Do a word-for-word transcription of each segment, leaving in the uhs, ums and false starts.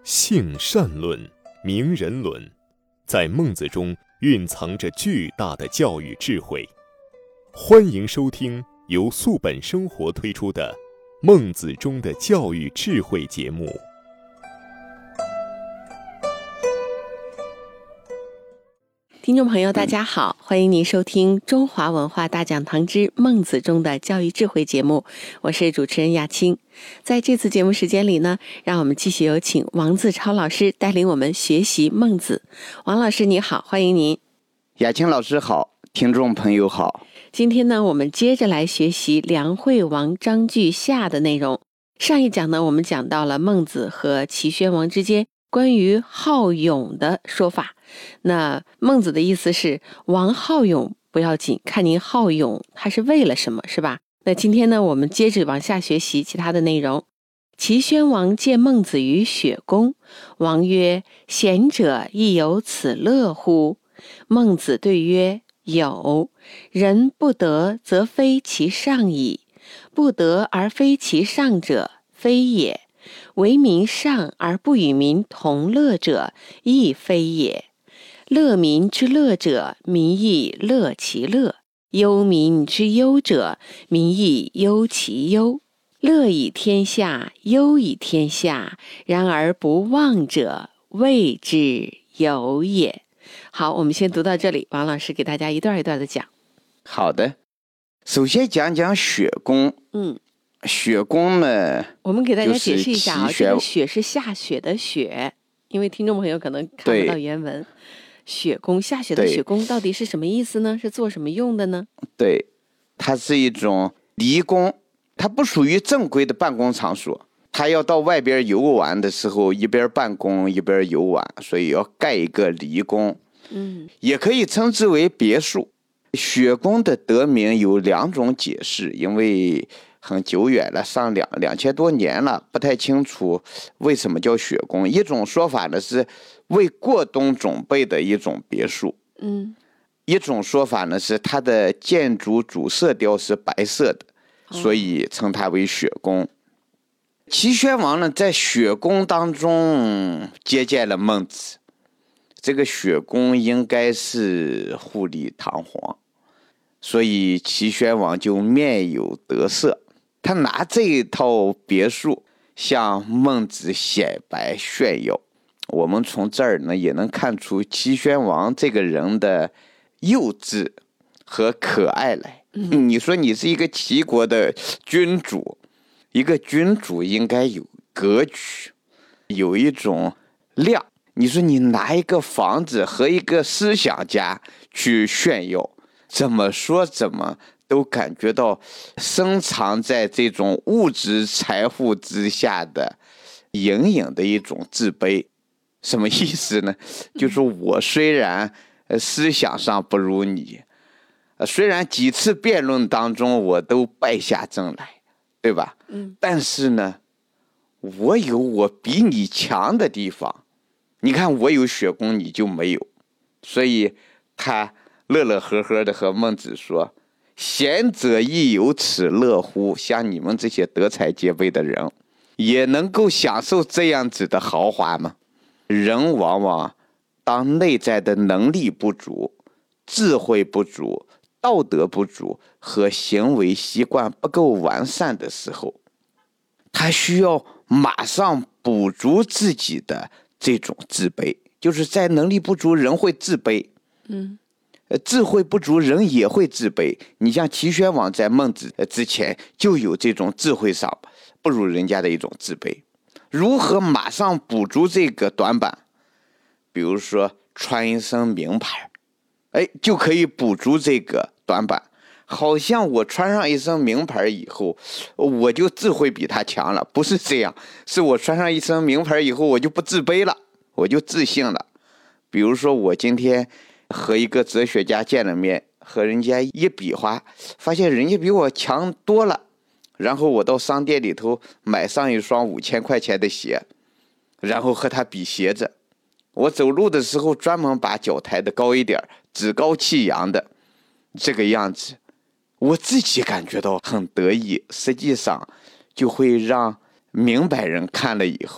性善论、名人论，在孟子中蕴藏着巨大的教育智慧。欢迎收听由素本生活推出的《孟子中的教育智慧》节目。 听众朋友大家好，欢迎您收听中华文化大讲堂之孟子中的教育智慧节目，我是主持人雅青。在这次节目时间里呢，让我们继续有请王自超老师带领我们学习孟子。王老师你好，欢迎您。 雅青老师好，听众朋友好。 今天呢，我们接着来学习梁惠王章句下的内容。上一讲呢，我们讲到了孟子和齐宣王之间关于好勇的说法。那孟子的意思是，王好勇不要紧，看您好勇他是为了什么，是吧？那今天呢，我们接着往下学习其他的内容。齐宣王见孟子于雪宫，王曰：贤者亦有此乐乎？孟子对曰：有。人不得则非其上矣，不得而非其上者，非也。为民上而不与民同乐者，亦非也。乐民之乐者，民亦乐其乐；忧民之忧者，民亦忧其忧。乐以天下，忧以天下，然而不忘者，谓之有也。好，我们先读到这里，王老师给大家一段一段的讲。 好的，首先讲讲雪宫。 嗯， 雪宫呢， 我们给大家解释一下啊， 就是这个雪是下雪的雪，因为听众朋友可能看不到原文。雪宫，下雪的雪宫到底是什么意思呢？是做什么用的呢？ 对，它是一种离宫，它不属于正规的办公场所，它要到外边游玩的时候，一边办公一边游玩，所以要盖一个离宫。 嗯， 也可以称之为别墅。雪宫的得名有两种解释，因为很久远了，上两两千多年了，不太清楚为什么叫雪宫。一种说法呢是为过冬准备的一种别墅， 嗯， 一种说法呢是它的建筑主色调是白色的，所以称它为雪宫。齐宣王呢在雪宫当中接见了孟子，这个雪宫应该是富丽堂皇，所以齐宣王就面有得色，他拿这一套别墅向孟子显摆炫耀。我们从这儿呢也能看出齐宣王这个人的幼稚和可爱来。嗯、你说你是一个齐国的君主，一个君主应该有格局，有一种量。你说你拿一个房子和一个思想家去炫耀，怎么说怎么都感觉到深藏在这种物质财富之下的隐隐的一种自卑。什么意思呢？就是我虽然思想上不如你，虽然几次辩论当中我都败下阵来，对吧？嗯，但是呢，我有我比你强的地方。你看我有雪宫，你就没有，所以他乐乐呵呵的和孟子说：贤者亦有此乐乎？像你们这些德才兼备的人，也能够享受这样子的豪华吗？人往往当内在的能力不足、智慧不足、道德不足和行为习惯不够完善的时候，他需要马上补足自己的这种自卑。就是在能力不足，人会自卑。嗯，智慧不足，人也会自卑。你像齐宣王在孟子之前就有这种智慧上不如人家的一种自卑。如何马上补足这个短板？比如说穿一身名牌，哎，就可以补足这个短板。好像我穿上一身名牌以后，我就智慧比他强了，不是这样，是我穿上一身名牌以后，我就不自卑了，我就自信了。比如说我今天和一个哲学家见了面，和人家一比划，发现人家比我强多了，然后我到商店里头买上一双五千块钱的鞋，然后和他比鞋子，我走路的时候专门把脚抬得高一点，趾高气扬的这个样子，我自己感觉到很得意，实际上就会让明白人看了以后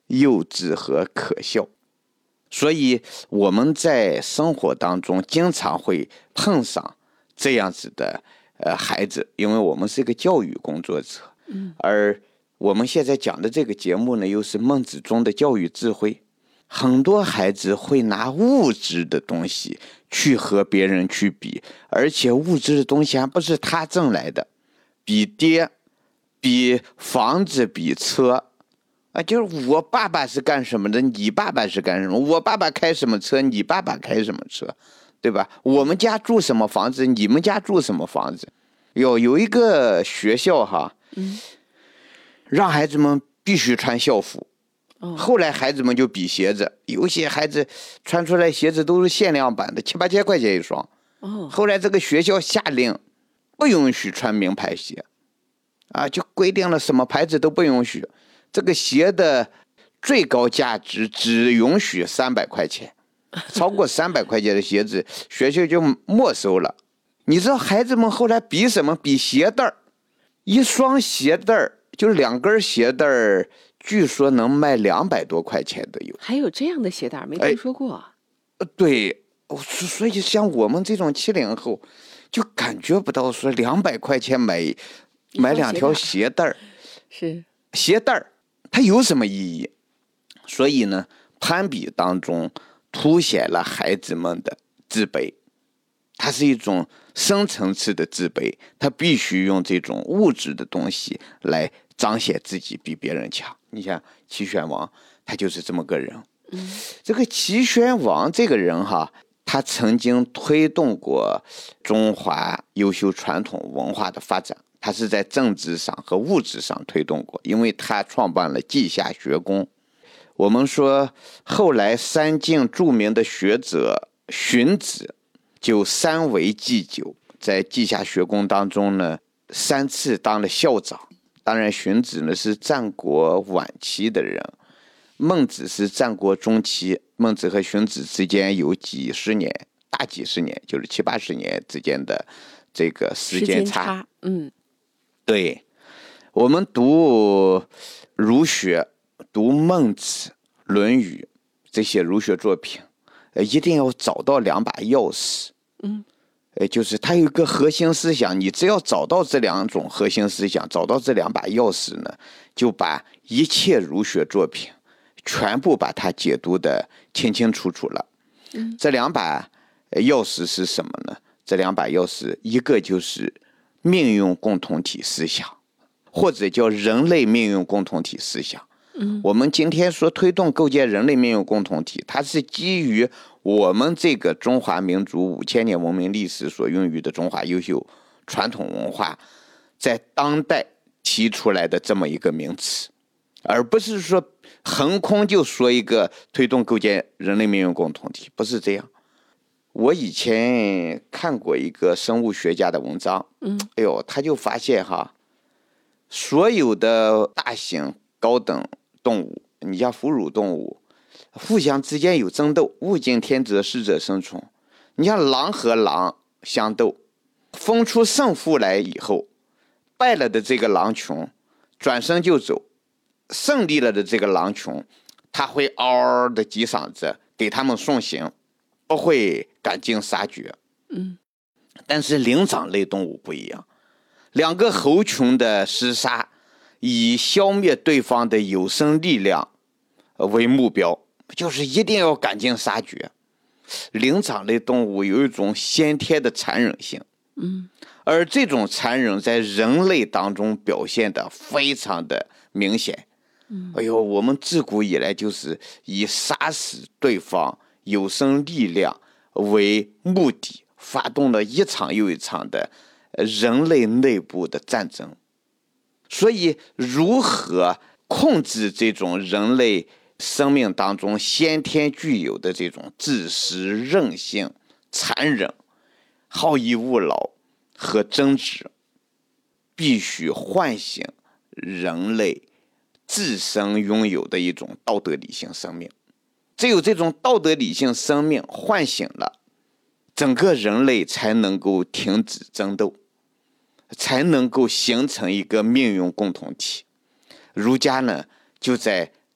幼稚和可笑。所以我们在生活当中经常会碰上这样子的呃孩子，因为我们是一个教育工作者， 嗯， 而我们现在讲的这个节目呢，又是孟子中的教育智慧。很多孩子会拿物质的东西去和别人去比，而且物质的东西还不是他挣来的，比爹，比房子，比车。啊，就是我爸爸是干什么的，你爸爸是干什么？我爸爸开什么车，你爸爸开什么车，对吧？我们家住什么房子，你们家住什么房子？有有一个学校哈， 嗯， 让孩子们必须穿校服。 哦， 后来孩子们就比鞋子，有些孩子穿出来鞋子都是限量版的，七八千块钱一双。 哦， 后来这个学校下令不允许穿名牌鞋，啊，就规定了什么牌子都不允许。这个鞋的最高价值只允许三百块钱，超过三百块钱的鞋子，学校就没收了。你知道孩子们后来比什么？比鞋带儿，一双鞋带儿就两根鞋带儿，据说能卖两百多块钱的有。 还有这样的鞋带，没听说过。 呃，对，所以像我们这种七零后，就感觉不到说两百块钱买买两条鞋带儿， 是鞋带儿。它有什么意义？所以呢，攀比当中凸显了孩子们的自卑，它是一种深层次的自卑，他必须用这种物质的东西来彰显自己比别人强。你像齐宣王，他就是这么个人。 嗯， 这个齐宣王这个人哈，他曾经推动过中华优秀传统文化的发展。他是在政治上和物质上推动过，因为他创办了稷下学宫。我们说后来三晋著名的学者荀子就三为祭酒，在稷下学宫当中呢，三次当了校长。当然荀子呢是战国晚期的人，孟子是战国中期，孟子和荀子之间有几十年，大几十年，就是七八十年之间的这个时间差。 时间差，嗯， 对，我们读儒学，读孟子、论语这些儒学作品，呃，一定要找到两把钥匙。 嗯， 呃，就是它有一个核心思想，你只要找到这两种核心思想，找到这两把钥匙呢，就把一切儒学作品全部把它解读的清清楚楚了。 嗯， 这两把钥匙是什么呢？这两把钥匙，一个就是命运共同体思想，或者叫人类命运共同体思想。 嗯， 我们今天说推动构建人类命运共同体，它是基于我们这个中华民族五千年文明历史所孕育的中华优秀传统文化，在当代提出来的这么一个名词，而不是说横空就说一个推动构建人类命运共同体，不是这样。我以前看过一个生物学家的文章， 嗯， 哎呦，他就发现哈，所有的大型高等动物，你像哺乳动物，互相之间有争斗，物竞天择，适者生存。你像狼和狼相斗，分出胜负来以后，败了的这个狼群转身就走，胜利了的这个狼群，他会嗷嗷的几嗓子给他们送行，不会赶尽杀绝。 嗯， 但是灵长类动物不一样，两个猴群的厮杀，以消灭对方的有生力量为目标，就是一定要赶尽杀绝。灵长类动物有一种先天的残忍性， 嗯， 而这种残忍在人类当中表现得非常的明显。 嗯， 哎呦，我们自古以来就是以杀死对方有生力量为目的，发动了一场又一场的人类内部的战争。所以如何控制这种人类生命当中先天具有的这种自私、任性、残忍、好逸恶劳和争执，必须唤醒人类自身拥有的一种道德理性生命。只有这种道德理性生命唤醒了，整个人类才能够停止争斗，才能够形成一个命运共同体。儒家呢，就在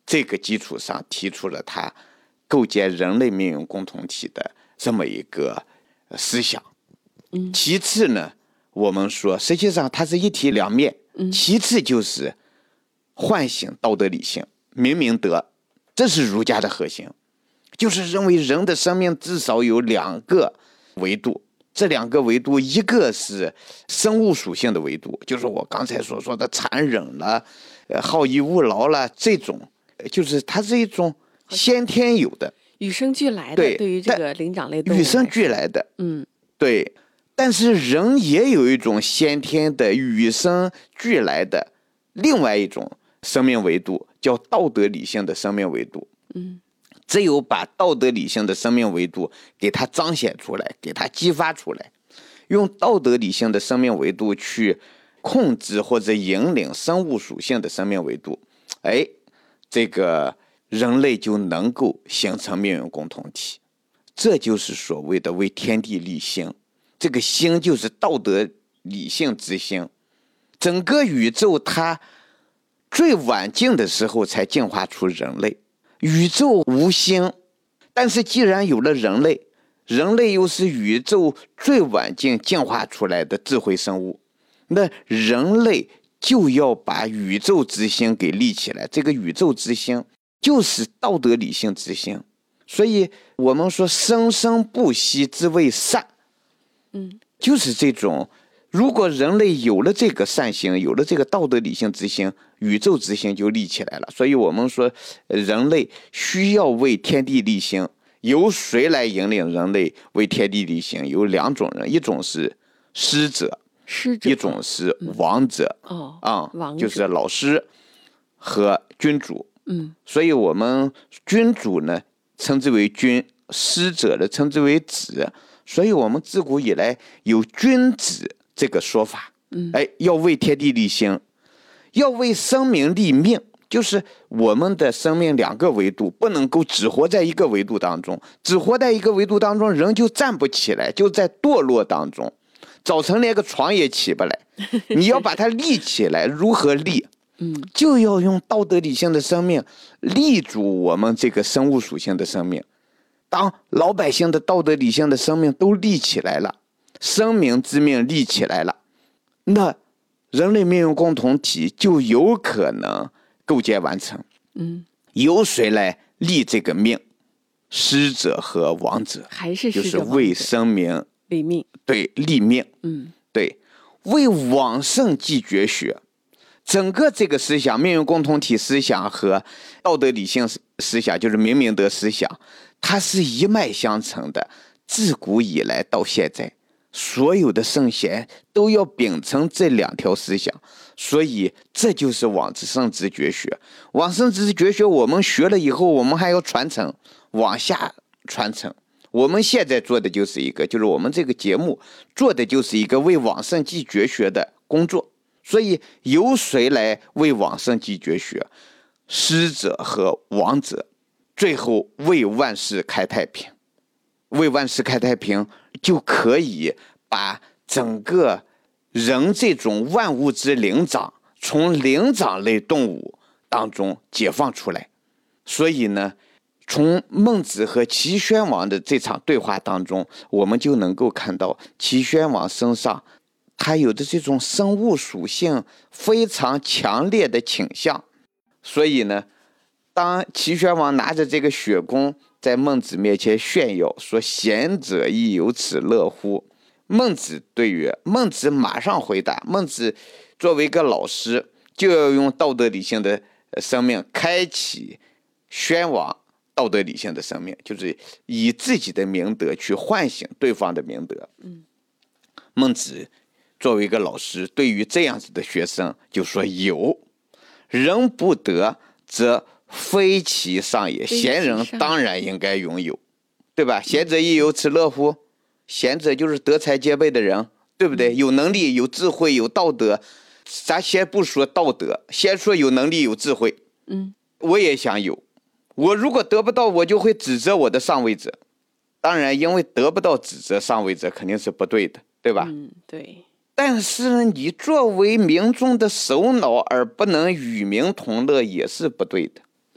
这个基础上提出了他构建人类命运共同体的这么一个思想。 嗯， 其次呢，我们说实际上它是一体两面。 嗯， 其次就是唤醒道德理性，明明德，这是儒家的核心，就是认为人的生命至少有两个维度。这两个维度，一个是生物属性的维度，就是我刚才所说的残忍了、呃好逸恶劳了，这种就是它是一种先天有的、 与生俱来的。 对， 对于这个灵长类动物， 与生俱来的， 嗯， 对。但是人也有一种先天的、与生俱来的另外一种生命维度，叫道德理性的生命维度。 嗯。 只有把道德理性的生命维度给它彰显出来，给它激发出来，用道德理性的生命维度去控制或者引领生物属性的生命维度，哎，这个人类就能够形成命运共同体。这就是所谓的为天地立心，这个心就是道德理性之心。整个宇宙它最晚近的时候才进化出人类，宇宙无心，但是既然有了人类，人类又是宇宙最晚近进化出来的智慧生物，那人类就要把宇宙之心给立起来。这个宇宙之心就是道德理性之心，所以我们说生生不息之谓善， 嗯， 就是这种。如果人类有了这个善行，有了这个道德理性之心，宇宙之心就立起来了。所以我们说人类需要为天地立心。由谁来引领人类为天地立心？有两种人，一种是师者， 师者， 一种是王者。 嗯、哦， 啊、 王者就是老师和君主。 嗯， 所以我们君主呢称之为君，师者呢称之为子。所以我们自古以来有君子这个说法。 嗯， 哎，要为天地立心，要为生命立命。就是我们的生命两个维度不能够只活在一个维度当中，只活在一个维度当中，人就站不起来，就在堕落当中，早晨连个床也起不来。你要把它立起来，如何立？ 嗯， 就要用道德理性的生命立住我们这个生物属性的生命。当老百姓的道德理性的生命都立起来了，生民之命立起来了，那人类命运共同体就有可能构建完成。 嗯， 由谁来立这个命？师者和王者， 还是师者就是为生民立命。 对，立命。 嗯， 对，为往圣继绝学。整个这个思想，命运共同体思想和道德理性思想，就是明明德思想，它是一脉相承的。自古以来到现在，所有的圣贤都要秉承这两条思想，所以这就是往圣之绝学。往圣之绝学我们学了以后，我们还要传承，往下传承。我们现在做的就是一个，就是我们这个节目做的就是一个为往圣继绝学的工作。所以由谁来为往圣继绝学？师者和王者，最后为万世开太平。为万世开太平，就可以把整个人这种万物之灵长，从灵长类动物当中解放出来。所以呢，从孟子和齐宣王的这场对话当中，我们就能够看到齐宣王身上他有的这种生物属性非常强烈的倾向。所以呢，当齐宣王拿着这个雪弓在孟子面前炫耀说贤者亦有此乐乎，孟子对于孟子马上回答，孟子作为一个老师，就要用道德理性的生命开启宣王道德理性的生命，就是以自己的明德去唤醒对方的明德。 嗯， 孟子作为一个老师，对于这样子的学生就说，有人不得则非其上也，贤人当然应该拥有，对吧？贤者亦有此乐乎？贤者就是德才兼备的人，对不对？有能力，有智慧，有道德。咱先不说道德，先说有能力有智慧。 嗯， 我也想有，我如果得不到，我就会指责我的上位者。当然因为得不到指责上位者肯定是不对的，对吧？ 嗯，对。 但是你作为民众的首脑而不能与民同乐也是不对的。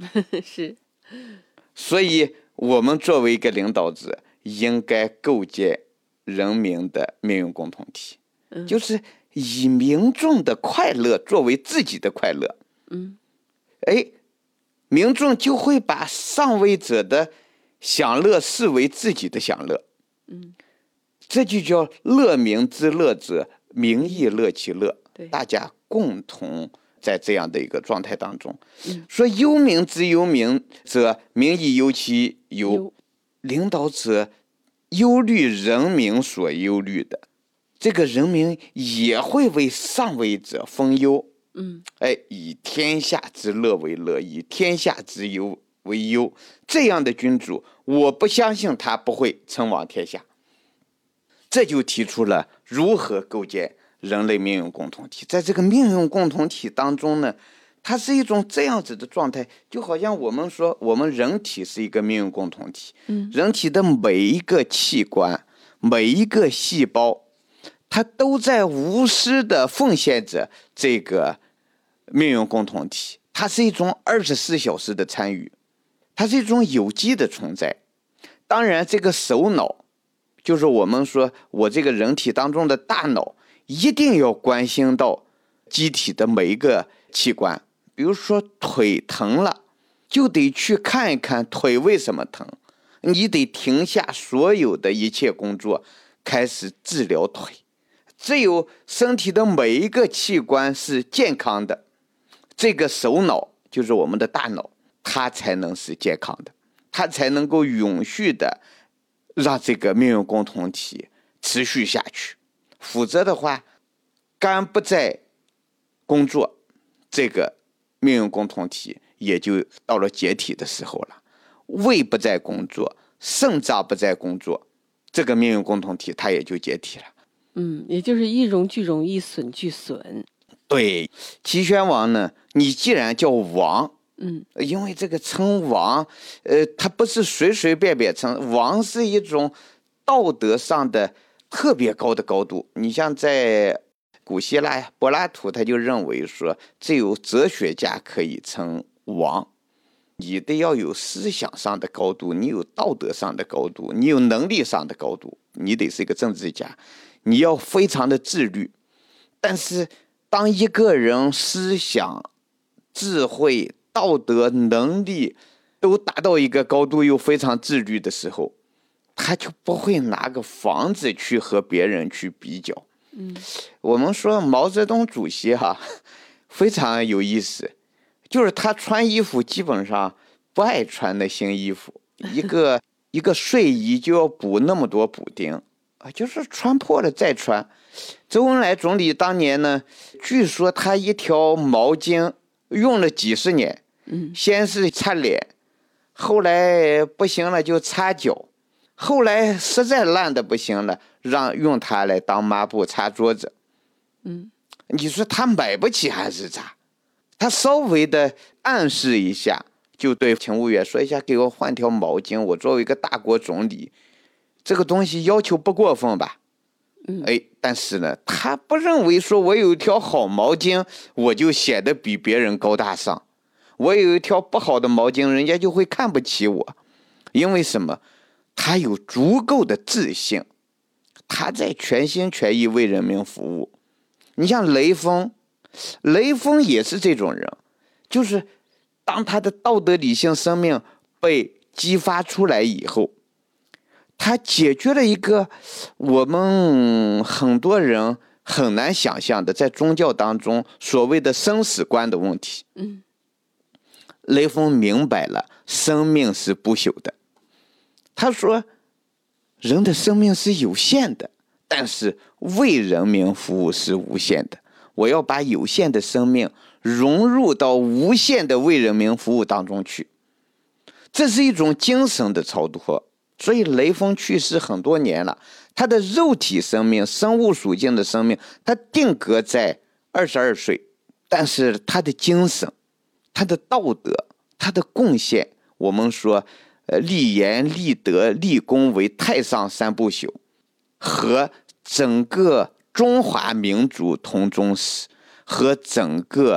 是， 所以我们作为一个领导者，应该构建人民的命运共同体， 嗯、 就是以民众的快乐作为自己的快乐。 嗯， 哎，民众就会把上位者的享乐视为自己的享乐。 嗯， 这就叫乐民之乐者，民亦乐其乐。 对， 大家共同在这样的一个状态当中， 嗯、 说忧民之忧民者，民亦忧其忧。 忧领导者忧虑人民所忧虑的，这个人民也会为上位者分忧。 嗯， 哎，以天下之乐为乐，以天下之忧为忧。这样的君主，我不相信他不会称王天下。这就提出了如何构建人类命运共同体。在这个命运共同体当中呢，它是一种这样子的状态，就好像我们说我们人体是一个命运共同体， 嗯， 人体的每一个器官，每一个细胞，它都在无私的奉献着这个命运共同体。它是一种二十四小时的参与，它是一种有机的存在。当然这个首脑，就是我们说我这个人体当中的大脑，一定要关心到机体的每一个器官。比如说腿疼了，就得去看一看腿为什么疼，你得停下所有的一切工作，开始治疗腿。只有身体的每一个器官是健康的，这个首脑就是我们的大脑，它才能是健康的，它才能够永续的让这个命运共同体持续下去。否则的话，肝不再工作，这个命运共同体也就到了解体的时候了。胃不再工作，肾脏不再工作，这个命运共同体它也就解体了。 嗯，也就是一荣俱荣，一损俱损。 对，齐宣王呢，你既然叫王， 嗯， 因为这个称王，呃，他不是随随便便称，王是一种道德上的特别高的高度。你像在古希腊呀，柏拉图他就认为说，只有哲学家可以称王。你得要有思想上的高度，你有道德上的高度，你有能力上的高度，你得是一个政治家，你要非常的自律。但是当一个人思想、智慧、道德、能力都达到一个高度又非常自律的时候，他就不会拿个房子去和别人去比较。 嗯， 我们说毛泽东主席哈、啊，非常有意思，就是他穿衣服基本上不爱穿的新衣服，一个一个睡衣就要补那么多补丁啊，就是穿破了再穿。周恩来总理当年呢，据说他一条毛巾用了几十年， 嗯， 先是擦脸，后来不行了就擦脚，后来实在烂的不行了，让用它来当抹布擦桌子。 嗯， 你说他买不起还是咋？他稍微的暗示一下，就对乘务员说一下，给我换条毛巾，我作为一个大国总理，这个东西要求不过分吧？ 嗯， 哎，但是呢，他不认为说我有一条好毛巾，我就显得比别人高大上。我有一条不好的毛巾，人家就会看不起我。因为什么？他有足够的自信，他在全心全意为人民服务。你像雷锋，雷锋也是这种人，就是当他的道德理性生命被激发出来以后，他解决了一个我们很多人很难想象的在宗教当中所谓的生死观的问题。 嗯， 雷锋明白了生命是不朽的，他说人的生命是有限的，但是为人民服务是无限的。我要把有限的生命融入到无限的为人民服务当中去，这是一种精神的超脱。所以雷锋去世很多年了，他的肉体生命、生物属性的生命，他定格在二十二岁，但是他的精神、他的道德、他的贡献，我们说，呃，立言、立德、立功为太上三不朽，和整个中华民族同宗史，和整个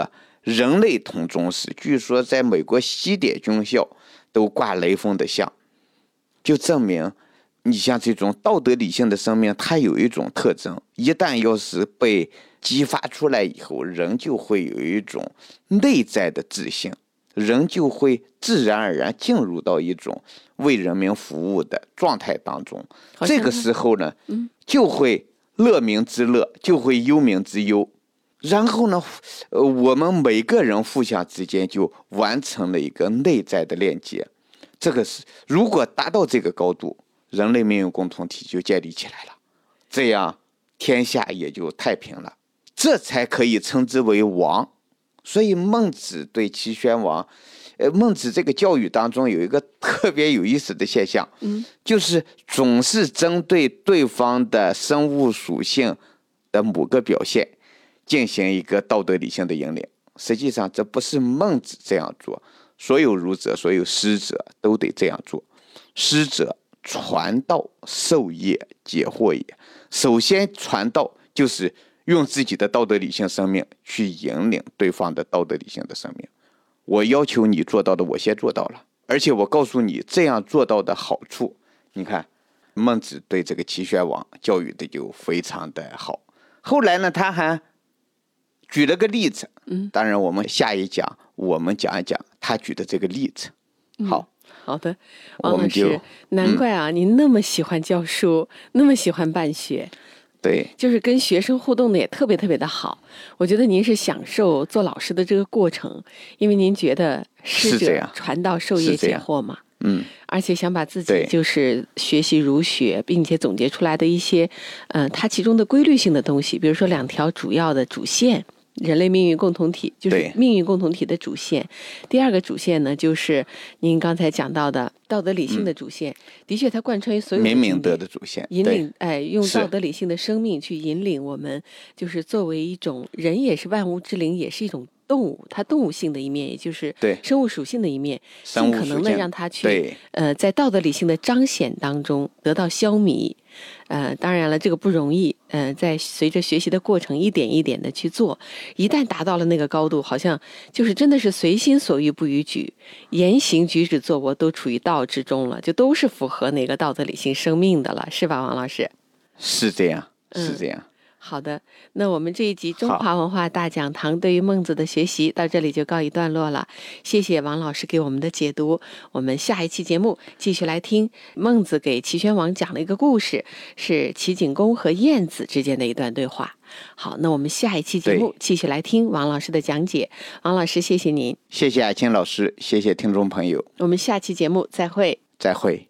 人类同宗师，据说在美国西点军校都挂雷锋的像，就证明你像这种道德理性的生命，它有一种特征，一旦要是被激发出来以后，人就会有一种内在的自信，人就会自然而然进入到一种为人民服务的状态当中。这个时候呢，嗯、就会乐民之乐，就会忧民之忧。然后呢，呃，我们每个人互相之间就完成了一个内在的链接。这个是如果达到这个高度，人类命运共同体就建立起来了，这样天下也就太平了，这才可以称之为王。所以孟子对齐宣王，呃，孟子这个教育当中有一个特别有意思的现象，嗯，就是总是针对对方的生物属性的某个表现进行一个道德理性的引领。实际上这不是孟子这样做，所有儒者所有师者都得这样做。师者传道授业解惑也，首先传道就是用自己的道德理性生命去引领对方的道德理性的生命。我要求你做到的我先做到了，而且我告诉你这样做到的好处。你看孟子对这个齐宣王教育的就非常的好。后来呢，他还举了个例子，当然我们下一讲我们讲一讲他举的这个例子。好、 嗯、好的，王老师，难怪啊、嗯、您那么喜欢教书，那么喜欢办学。 对， 就是跟学生互动的也特别特别的好。我觉得您是享受做老师的这个过程，因为您觉得师者传道授业解惑嘛， 嗯， 而且想把自己就是学习儒学，并且总结出来的一些，呃，它其中的规律性的东西，比如说两条主要的主线。人类命运共同体就是命运共同体的主线，第二个主线呢，就是您刚才讲到的道德理性的主线。嗯、的确，它贯穿于所有的明明德的主线， 引领哎，用道德理性的生命去引领我们，就是作为一种人，也是万物之灵，也是一种动物，它动物性的一面，也就是生物属性的一面，尽可能的让它去呃，在道德理性的彰显当中得到消弭。呃，当然了，这个不容易。呃，在随着学习的过程，一点一点的去做，一旦达到了那个高度，好像就是真的是随心所欲不逾矩，言行举止作为都处于道之中了，就都是符合那个道德理性生命的了，是吧，王老师？ 是这样，是这样。嗯， 好的，那我们这一集中华文化大讲堂对于孟子的学习到这里就告一段落了。谢谢王老师给我们的解读，我们下一期节目继续来听孟子给齐宣王讲了一个故事，是齐景公和晏子之间的一段对话。好，那我们下一期节目继续来听王老师的讲解。王老师，谢谢您。 谢谢艾青老师，谢谢听众朋友。 我们下期节目再会。 再会。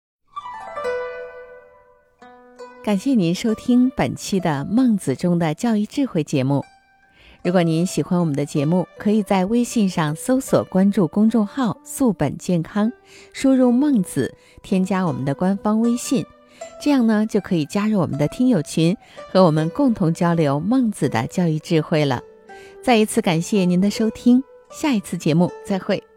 感谢您收听本期的《孟子中的教育智慧》节目。如果您喜欢我们的节目，可以在微信上搜索关注公众号“素本健康”，输入“孟子”，添加我们的官方微信，这样呢就可以加入我们的听友群，和我们共同交流孟子的教育智慧了。再一次感谢您的收听，下一次节目再会。